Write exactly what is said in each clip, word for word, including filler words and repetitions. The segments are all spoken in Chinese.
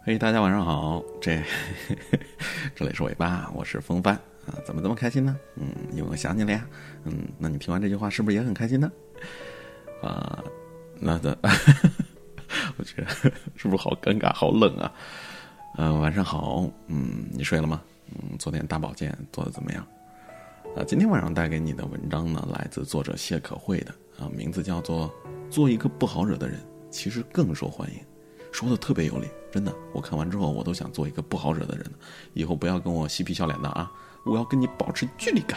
嘿，大家晚上好，这这里是尾巴，我是风帆啊，怎么这么开心呢？嗯，因为我想你了呀。嗯，那你听完这句话是不是也很开心呢？啊，那的，我觉得是不是好尴尬，好冷啊？呃，晚上好，嗯，你睡了吗？嗯，昨天大保健做得怎么样？啊，今天晚上带给你的文章呢，来自作者谢可慧的啊，名字叫做《做一个不好惹的人，其实更受欢迎》。说的特别有理，真的，我看完之后我都想做一个不好惹的人，以后不要跟我嬉皮笑脸的啊，我要跟你保持距离感。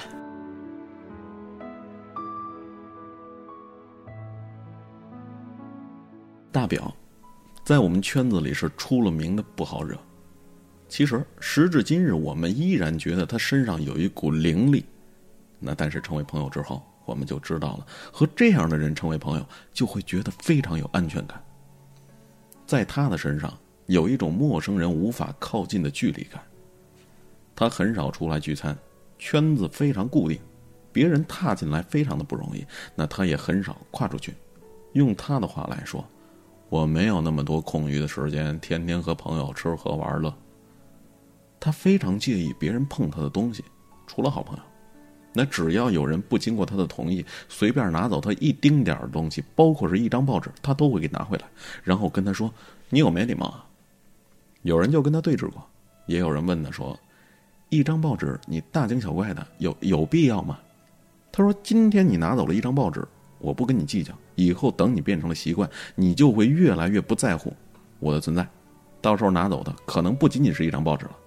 大表在我们圈子里是出了名的不好惹，其实时至今日我们依然觉得他身上有一股灵力，那但是成为朋友之后我们就知道了，和这样的人成为朋友就会觉得非常有安全感。在他的身上有一种陌生人无法靠近的距离感。他很少出来聚餐，圈子非常固定，别人踏进来非常的不容易，那他也很少跨出去。用他的话来说，我没有那么多空余的时间天天和朋友吃喝玩乐。他非常介意别人碰他的东西，除了好朋友，那只要有人不经过他的同意，随便拿走他一丁点的东西，包括是一张报纸，他都会给拿回来，然后跟他说，你有没礼貌啊？有人就跟他对峙过，也有人问他说，一张报纸你大惊小怪的，有有必要吗？他说，今天你拿走了一张报纸，我不跟你计较，以后等你变成了习惯，你就会越来越不在乎我的存在，到时候拿走的可能不仅仅是一张报纸了。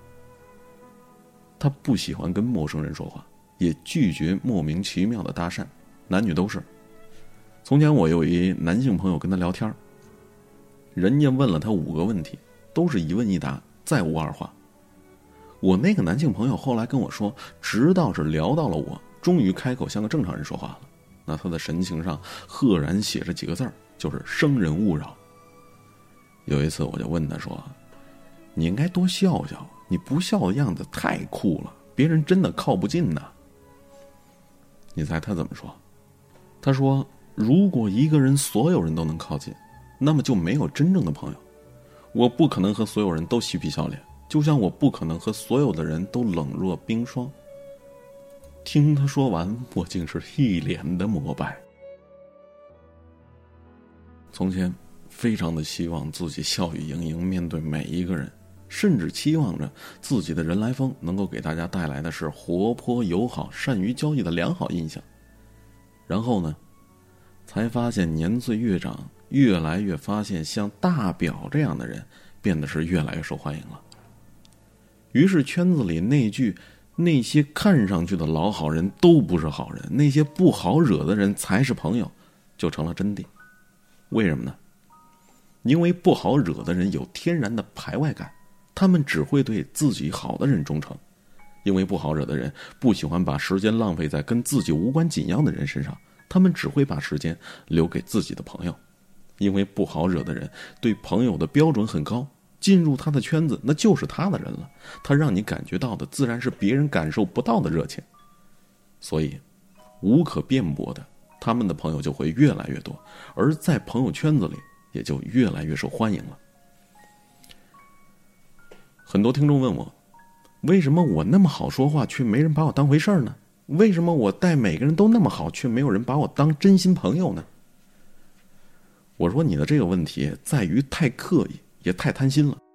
他不喜欢跟陌生人说话，也拒绝莫名其妙的搭讪，男女都是。从前我有一男性朋友跟他聊天，人家问了他五个问题，都是一问一答，再无二话。我那个男性朋友后来跟我说，直到是聊到了我，终于开口像个正常人说话了。那他的神情上赫然写着几个字儿，就是生人勿扰。有一次我就问他说，你应该多笑笑，你不笑的样子太酷了，别人真的靠不近呢。你猜他怎么说？他说，如果一个人所有人都能靠近，那么就没有真正的朋友。我不可能和所有人都嬉皮笑脸，就像我不可能和所有的人都冷若冰霜。听他说完，我竟是一脸的膜拜。从前非常的希望自己笑语盈盈面对每一个人，甚至期望着自己的人来疯能够给大家带来的是活泼友好善于交际的良好印象。然后呢，才发现年岁越长，越来越发现像大表这样的人变得是越来越受欢迎了。于是圈子里那句那些看上去的老好人都不是好人，那些不好惹的人才是朋友，就成了真谛。为什么呢？因为不好惹的人有天然的排外感，他们只会对自己好的人忠诚。因为不好惹的人不喜欢把时间浪费在跟自己无关紧要的人身上，他们只会把时间留给自己的朋友。因为不好惹的人对朋友的标准很高，进入他的圈子那就是他的人了，他让你感觉到的自然是别人感受不到的热情。所以无可辩驳的，他们的朋友就会越来越多，而在朋友圈子里也就越来越受欢迎了。很多听众问我，为什么我那么好说话却没人把我当回事呢？为什么我待每个人都那么好，却没有人把我当真心朋友呢？我说，你的这个问题在于太刻意，也太贪心了。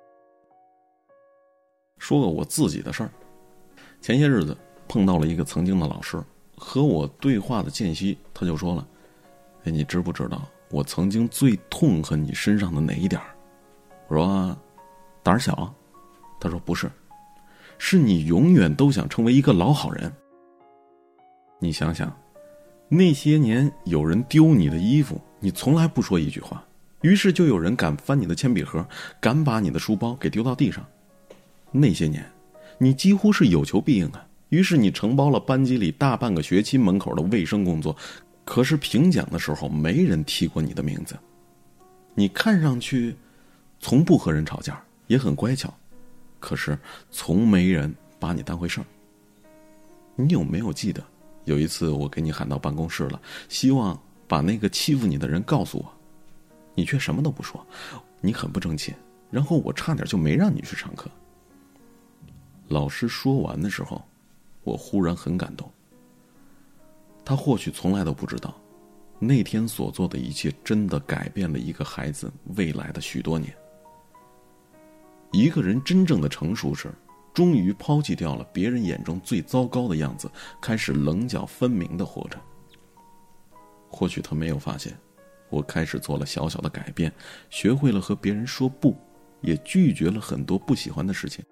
说个我自己的事儿，前些日子碰到了一个曾经的老师，和我对话的间隙，他就说了，哎，你知不知道我曾经最痛恨你身上的哪一点？我说，胆儿小。他说，不是，是你永远都想成为一个老好人。你想想，那些年有人丢你的衣服，你从来不说一句话，于是就有人敢翻你的铅笔盒，敢把你的书包给丢到地上。那些年你几乎是有求必应啊，于是你承包了班级里大半个学期门口的卫生工作，可是评奖的时候没人提过你的名字。你看上去从不和人吵架，也很乖巧，可是从没人把你当回事儿。你有没有记得有一次我给你喊到办公室了，希望把那个欺负你的人告诉我，你却什么都不说，你很不争气， 然后我差点就没让你去上课。老师说完的时候，我忽然很感动。他或许从来都不知道，那天所做的一切真的改变了一个孩子未来的许多年。一个人真正的成熟时，终于抛弃掉了别人眼中最糟糕的样子，开始棱角分明地活着。或许他没有发现，我开始做了小小的改变，学会了和别人说不，也拒绝了很多不喜欢的事情。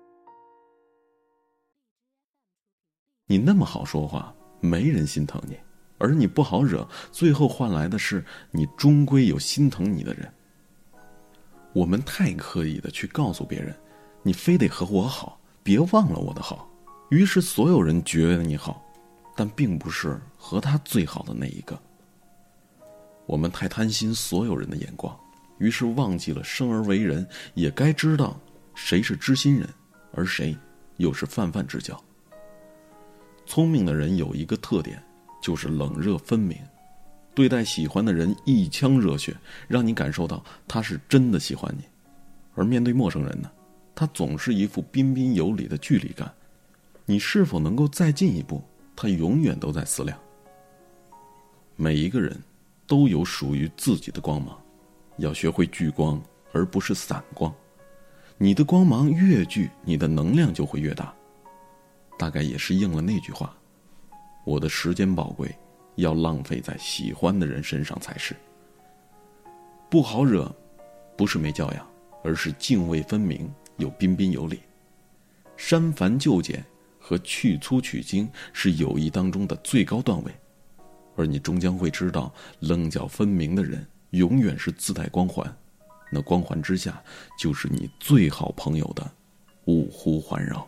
你那么好说话，没人心疼你，而你不好惹，最后换来的是你终归有心疼你的人。我们太刻意的去告诉别人，你非得和我好，别忘了我的好，于是所有人觉得你好，但并不是和他最好的那一个。我们太贪心所有人的眼光，于是忘记了生而为人也该知道谁是知心人，而谁又是泛泛之交。聪明的人有一个特点，就是冷热分明，对待喜欢的人一腔热血，让你感受到他是真的喜欢你。而面对陌生人呢，他总是一副彬彬有礼的距离感，你是否能够再进一步，他永远都在思量。每一个人都有属于自己的光芒，要学会聚光而不是散光。你的光芒越聚，你的能量就会越大。大概也是应了那句话，我的时间宝贵，要浪费在喜欢的人身上才是。不好惹，不是没教养，而是泾渭分明，又彬彬有礼。删繁就简和去粗取精是友谊当中的最高段位，而你终将会知道，棱角分明的人永远是自带光环，那光环之下就是你最好朋友的五湖环绕。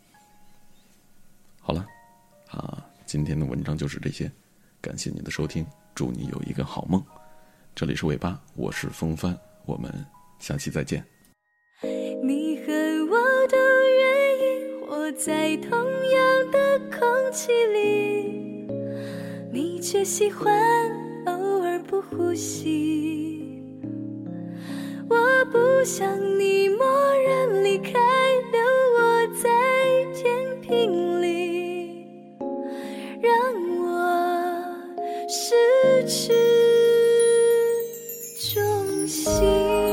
好了啊，今天的文章就是这些，感谢你的收听，祝你有一个好梦。这里是尾巴，我是风帆，我们下期再见。 你和我都愿意活在同样的空气里，你却喜欢偶尔不呼吸。我不想你蓦然离开，留我在天平里，让我失去重心。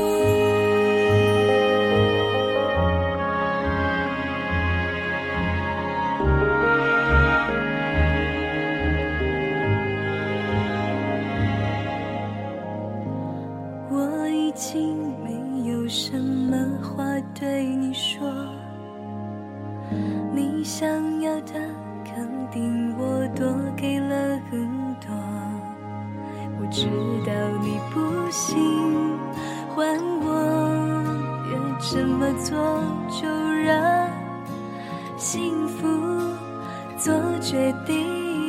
我已经没有什么话对你说，你想要的肯定我多给了很多，我知道你不信，换我也这么做，就让幸福做决定。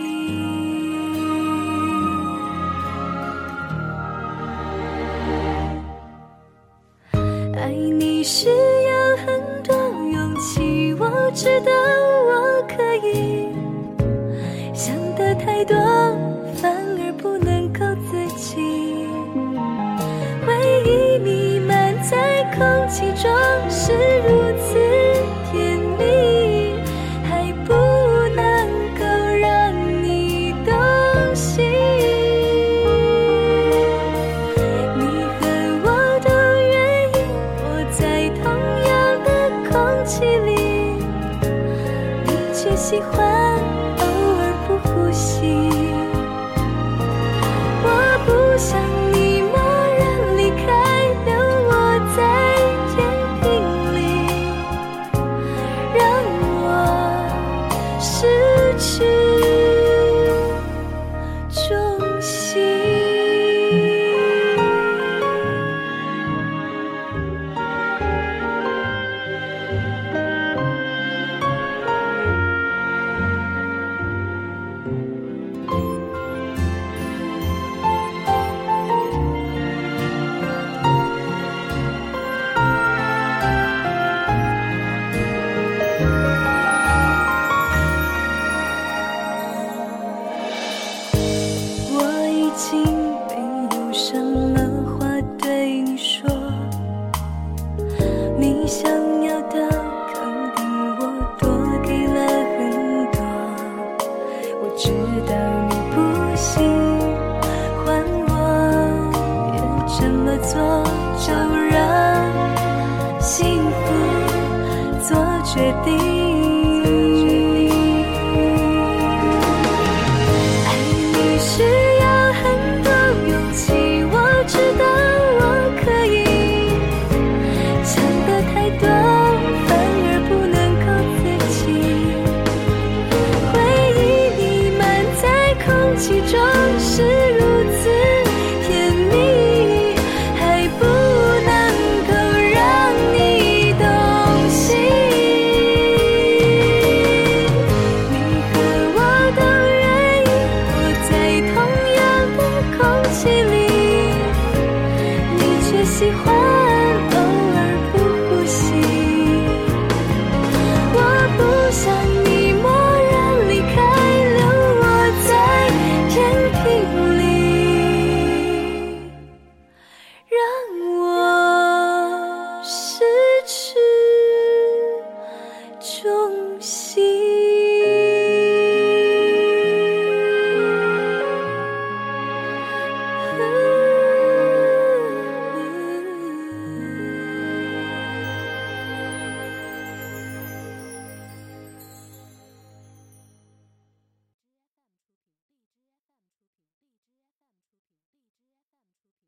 爱你是要很多勇气，我知道我可以，想得太多反而不能够自己，回忆弥漫在空气中是如此甜蜜，还不能够让你动心。你和我都愿意活在同样的空气里，你却喜欢偶尔不呼吸。我不想你蓦然离开，留我在天平怎么做就让幸福做决定。爱你需要很多勇气，我知道我可以，想得太多反而不能够自己，回忆弥漫在空气中是如此甜蜜，还不能够让你懂心。你和我都愿意活在同样的空气里，你却喜欢偶尔不呼吸。我不想你默然离开，留我在天平里，让我失去重